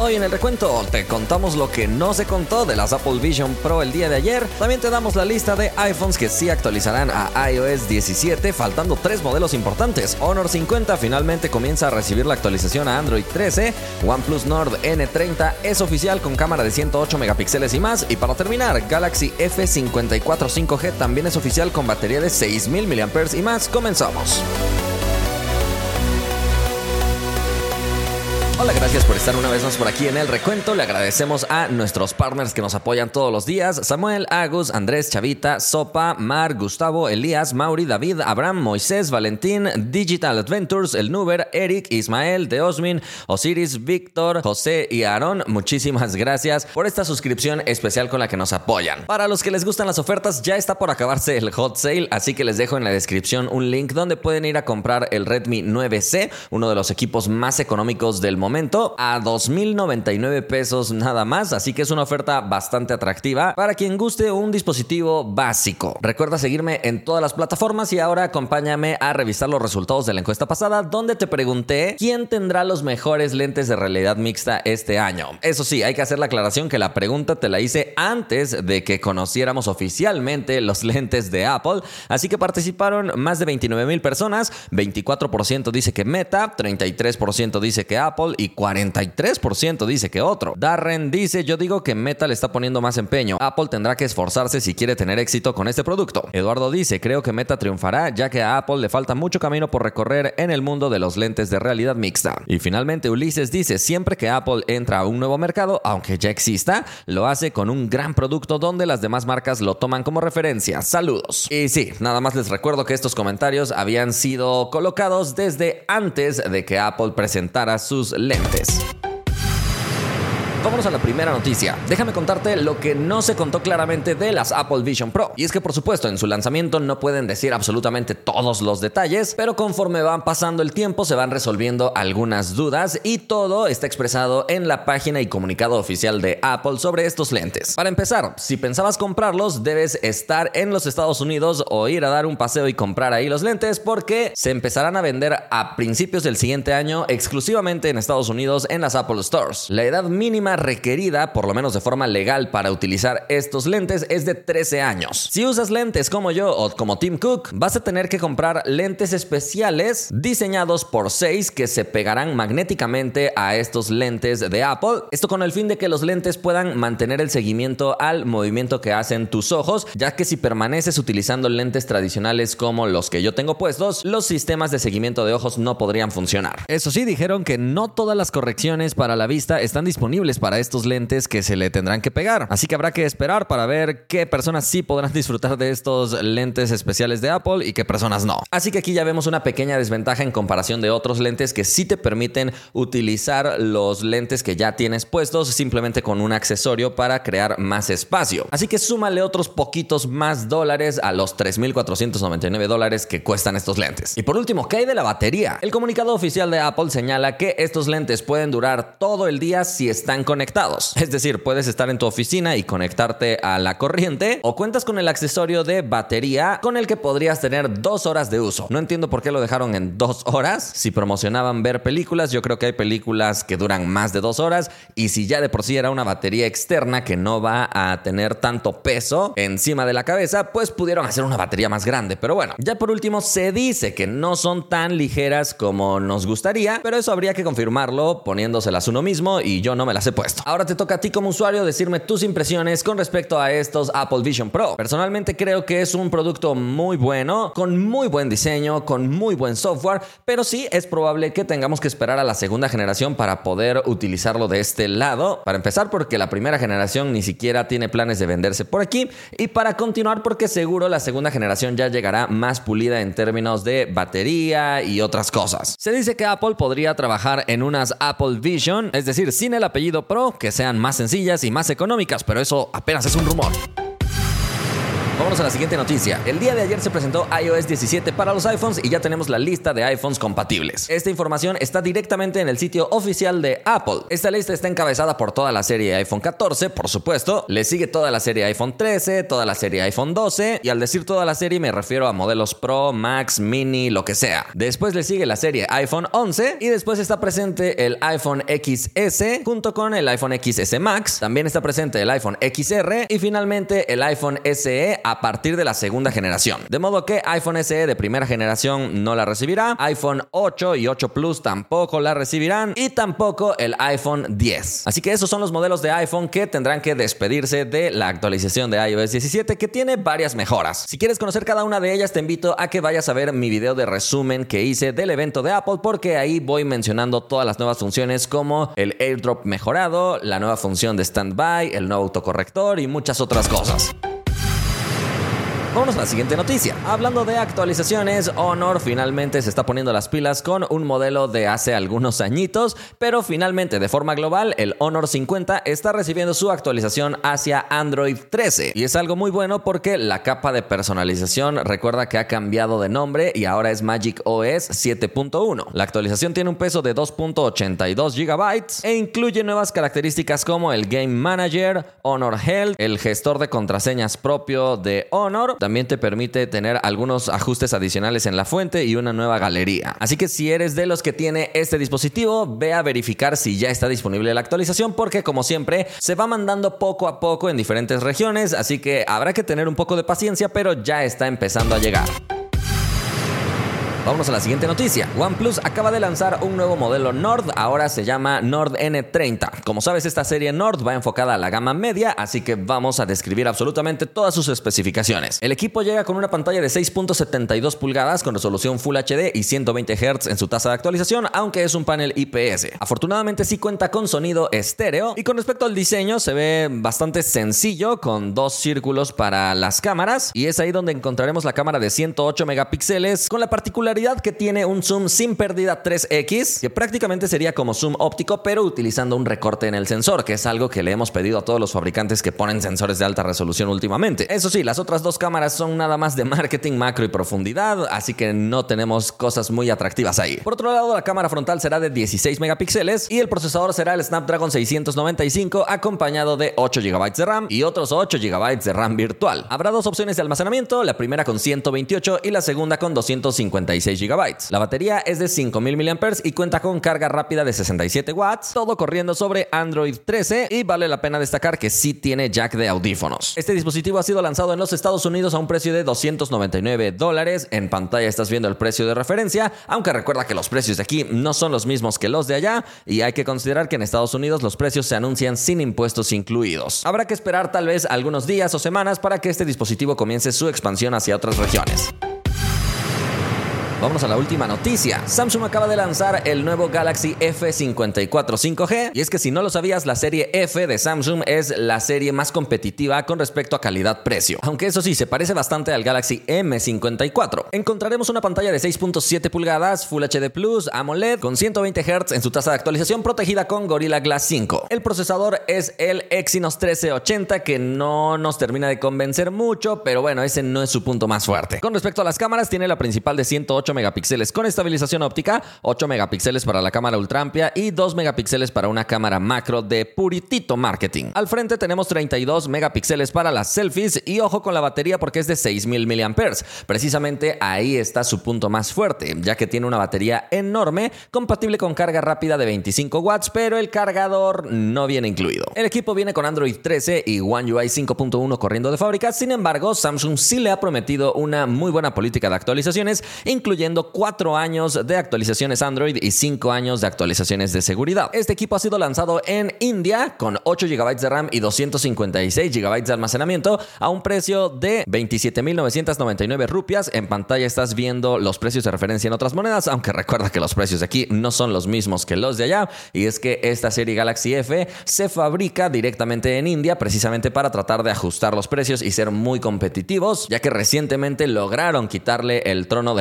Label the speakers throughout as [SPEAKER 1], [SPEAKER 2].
[SPEAKER 1] Hoy en el recuento te contamos lo que no se contó de las Apple Vision Pro el día de ayer. También te damos la lista de iPhones que sí actualizarán a iOS 17, faltando 3 modelos importantes. Honor 50 finalmente comienza a recibir la actualización a Android 13. OnePlus Nord N30 es oficial con cámara de 108 megapíxeles y más. Y para terminar, Galaxy F54 5G también es oficial con batería de 6000 mAh y más. Comenzamos. Hola, gracias por estar una vez más por aquí en el recuento. Le agradecemos a nuestros partners que nos apoyan todos los días: Samuel, Agus, Andrés, Chavita, Sopa, Mar, Gustavo, Elías, Mauri, David, Abraham, Moisés, Valentín, Digital Adventures, El Nuber, Eric, Ismael, Deosmin, Osiris, Víctor, José y Aarón. Muchísimas gracias por esta suscripción especial con la que nos apoyan. Para los que les gustan las ofertas, ya está por acabarse el hot sale, así que les dejo en la descripción un link donde pueden ir a comprar el Redmi 9C, uno de los equipos más económicos del momento, a 2,099 pesos nada más, así que es una oferta bastante atractiva para quien guste un dispositivo básico. Recuerda seguirme en todas las plataformas y ahora acompáñame a revisar los resultados de la encuesta pasada, donde te pregunté quién tendrá los mejores lentes de realidad mixta este año. Eso sí, hay que hacer la aclaración que la pregunta te la hice antes de que conociéramos oficialmente los lentes de Apple, así que participaron más de 29,000 personas. 24% dice que Meta, 33% dice que Apple y 43% dice que otro. Darren dice: yo digo que Meta le está poniendo más empeño. Apple tendrá que esforzarse si quiere tener éxito con este producto. Eduardo dice: creo que Meta triunfará, ya que a Apple le falta mucho camino por recorrer en el mundo de los lentes de realidad mixta. Y finalmente Ulises dice: siempre que Apple entra a un nuevo mercado, aunque ya exista, lo hace con un gran producto donde las demás marcas lo toman como referencia. Saludos. Y sí, nada más les recuerdo que estos comentarios habían sido colocados desde antes de que Apple presentara sus lentes. Vámonos a la primera noticia. Déjame contarte lo que no se contó claramente de las Apple Vision Pro. Y es que, por supuesto, en su lanzamiento no pueden decir absolutamente todos los detalles, pero conforme van pasando el tiempo se van resolviendo algunas dudas y todo está expresado en la página y comunicado oficial de Apple sobre estos lentes. Para empezar, si pensabas comprarlos, debes estar en los Estados Unidos o ir a dar un paseo y comprar ahí los lentes, porque se empezarán a vender a principios del siguiente año exclusivamente en Estados Unidos en las Apple Stores. La edad mínima requerida, por lo menos de forma legal, para utilizar estos lentes es de 13 años. Si usas lentes como yo o como Tim Cook, vas a tener que comprar lentes especiales diseñados por Zeiss que se pegarán magnéticamente a estos lentes de Apple. Esto con el fin de que los lentes puedan mantener el seguimiento al movimiento que hacen tus ojos, ya que si permaneces utilizando lentes tradicionales como los que yo tengo puestos, los sistemas de seguimiento de ojos no podrían funcionar. Eso sí, dijeron que no todas las correcciones para la vista están disponibles para estos lentes que se le tendrán que pegar, así que habrá que esperar para ver qué personas sí podrán disfrutar de estos lentes especiales de Apple y qué personas no. Así que aquí ya vemos una pequeña desventaja en comparación de otros lentes que sí te permiten utilizar los lentes que ya tienes puestos simplemente con un accesorio para crear más espacio. Así que súmale otros poquitos más dólares a los $3,499 que cuestan estos lentes. Y por último, ¿qué hay de la batería? El comunicado oficial de Apple señala que estos lentes pueden durar todo el día si están conectados. Es decir, puedes estar en tu oficina y conectarte a la corriente, o cuentas con el accesorio de batería con el que podrías tener 2 horas de uso. No entiendo por qué lo dejaron en 2 horas. Si promocionaban ver películas, yo creo que hay películas que duran más de 2 horas, y si ya de por sí era una batería externa que no va a tener tanto peso encima de la cabeza, pues pudieron hacer una batería más grande. Pero bueno, ya por último, se dice que no son tan ligeras como nos gustaría, pero eso habría que confirmarlo poniéndoselas uno mismo, y yo no me las he puesto. Ahora te toca a ti como usuario decirme tus impresiones con respecto a estos Apple Vision Pro. Personalmente creo que es un producto muy bueno, con muy buen diseño, con muy buen software, pero sí es probable que tengamos que esperar a la segunda generación para poder utilizarlo de este lado. Para empezar, porque la primera generación ni siquiera tiene planes de venderse por aquí, y para continuar, porque seguro la segunda generación ya llegará más pulida en términos de batería y otras cosas. Se dice que Apple podría trabajar en unas Apple Vision, es decir, sin el apellido Pro, que sean más sencillas y más económicas, pero eso apenas es un rumor. Vámonos a la siguiente noticia. El día de ayer se presentó iOS 17 para los iPhones y ya tenemos la lista de iPhones compatibles. Esta información está directamente en el sitio oficial de Apple. Esta lista está encabezada por toda la serie iPhone 14, por supuesto. Le sigue toda la serie iPhone 13, toda la serie iPhone 12. Y al decir toda la serie me refiero a modelos Pro, Max, Mini, lo que sea. Después le sigue la serie iPhone 11 y después está presente el iPhone XS junto con el iPhone XS Max. También está presente el iPhone XR y finalmente el iPhone SE a partir de la segunda generación. De modo que iPhone SE de primera generación no la recibirá, iPhone 8 y 8 Plus tampoco la recibirán y tampoco el iPhone 10. Así que esos son los modelos de iPhone que tendrán que despedirse de la actualización de iOS 17, que tiene varias mejoras. Si quieres conocer cada una de ellas, te invito a que vayas a ver mi video de resumen que hice del evento de Apple, porque ahí voy mencionando todas las nuevas funciones como el AirDrop mejorado, la nueva función de Standby, el nuevo autocorrector y muchas otras cosas. Vámonos a la siguiente noticia. Hablando de actualizaciones, Honor finalmente se está poniendo las pilas con un modelo de hace algunos añitos, pero finalmente de forma global el Honor 50 está recibiendo su actualización hacia Android 13 y es algo muy bueno porque la capa de personalización recuerda que ha cambiado de nombre y ahora es Magic OS 7.1. La actualización tiene un peso de 2.82 GB e incluye nuevas características como el Game Manager, Honor Health, el gestor de contraseñas propio de Honor. También te permite tener algunos ajustes adicionales en la fuente y una nueva galería. Así que si eres de los que tiene este dispositivo, ve a verificar si ya está disponible la actualización, porque como siempre se va mandando poco a poco en diferentes regiones, así que habrá que tener un poco de paciencia, pero ya está empezando a llegar. Vámonos a la siguiente noticia. OnePlus acaba de lanzar un nuevo modelo Nord, ahora se llama Nord N30. Como sabes, esta serie Nord va enfocada a la gama media, así que vamos a describir absolutamente todas sus especificaciones. El equipo llega con una pantalla de 6.72 pulgadas con resolución Full HD y 120 Hz en su tasa de actualización, aunque es un panel IPS. Afortunadamente sí cuenta con sonido estéreo y con respecto al diseño se ve bastante sencillo, con dos círculos para las cámaras, y es ahí donde encontraremos la cámara de 108 megapíxeles con la particularidad que tiene un zoom sin pérdida 3x, que prácticamente sería como zoom óptico, pero utilizando un recorte en el sensor, que es algo que le hemos pedido a todos los fabricantes que ponen sensores de alta resolución últimamente. Eso sí, las otras dos cámaras son nada más de marketing, macro y profundidad, así que no tenemos cosas muy atractivas ahí. Por otro lado, la cámara frontal será de 16 megapíxeles y el procesador será el Snapdragon 695 acompañado de 8 GB de RAM y otros 8 GB de RAM virtual. Habrá dos opciones de almacenamiento, la primera con 128 y la segunda con 256 GB. La batería es de 5000 mAh y cuenta con carga rápida de 67 watts, todo corriendo sobre Android 13, y vale la pena destacar que sí tiene jack de audífonos. Este dispositivo ha sido lanzado en los Estados Unidos a un precio de $299. En pantalla estás viendo el precio de referencia, aunque recuerda que los precios de aquí no son los mismos que los de allá, y hay que considerar que en Estados Unidos los precios se anuncian sin impuestos incluidos. Habrá que esperar tal vez algunos días o semanas para que este dispositivo comience su expansión hacia otras regiones. Vamos a la última noticia. Samsung acaba de lanzar el nuevo Galaxy F54 5G, y es que si no lo sabías, la serie F de Samsung es la serie más competitiva con respecto a calidad-precio. Aunque eso sí, se parece bastante al Galaxy M54. Encontraremos una pantalla de 6.7 pulgadas, Full HD Plus, AMOLED, con 120 Hz en su tasa de actualización, protegida con Gorilla Glass 5. El procesador es el Exynos 1380, que no nos termina de convencer mucho, pero bueno, ese no es su punto más fuerte. Con respecto a las cámaras, tiene la principal de 108 megapíxeles con estabilización óptica, 8 megapíxeles para la cámara ultra amplia y 2 megapíxeles para una cámara macro de puritito marketing. Al frente tenemos 32 megapíxeles para las selfies, y ojo con la batería porque es de 6000 mAh. Precisamente ahí está su punto más fuerte, ya que tiene una batería enorme, compatible con carga rápida de 25 watts, pero el cargador no viene incluido. El equipo viene con Android 13 y One UI 5.1 corriendo de fábrica. Sin embargo, Samsung sí le ha prometido una muy buena política de actualizaciones, incluyendo 4 años de actualizaciones Android y 5 años de actualizaciones de seguridad. Este equipo ha sido lanzado en India con 8 GB de RAM y 256 GB de almacenamiento a un precio de 27.999 rupias. En pantalla estás viendo los precios de referencia en otras monedas, aunque recuerda que los precios de aquí no son los mismos que los de allá, y es que esta serie Galaxy F se fabrica directamente en India precisamente para tratar de ajustar los precios y ser muy competitivos, ya que recientemente lograron quitarle el trono del primer lugar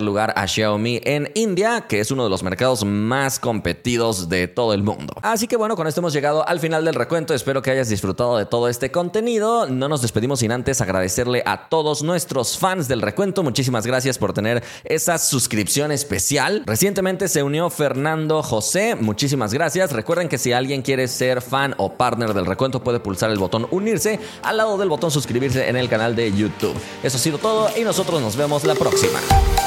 [SPEAKER 1] lugar a Xiaomi en India, que es uno de los mercados más competidos de todo el mundo. Así que bueno, con esto hemos llegado al final del recuento. Espero que hayas disfrutado de todo este contenido. No nos despedimos sin antes agradecerle a todos nuestros fans del recuento. Muchísimas gracias por tener esa suscripción especial. Recientemente se unió Fernando José. Muchísimas gracias. Recuerden que si alguien quiere ser fan o partner del recuento, puede pulsar el botón unirse al lado del botón suscribirse en el canal de YouTube. Eso ha sido todo y nosotros nos vemos la próxima.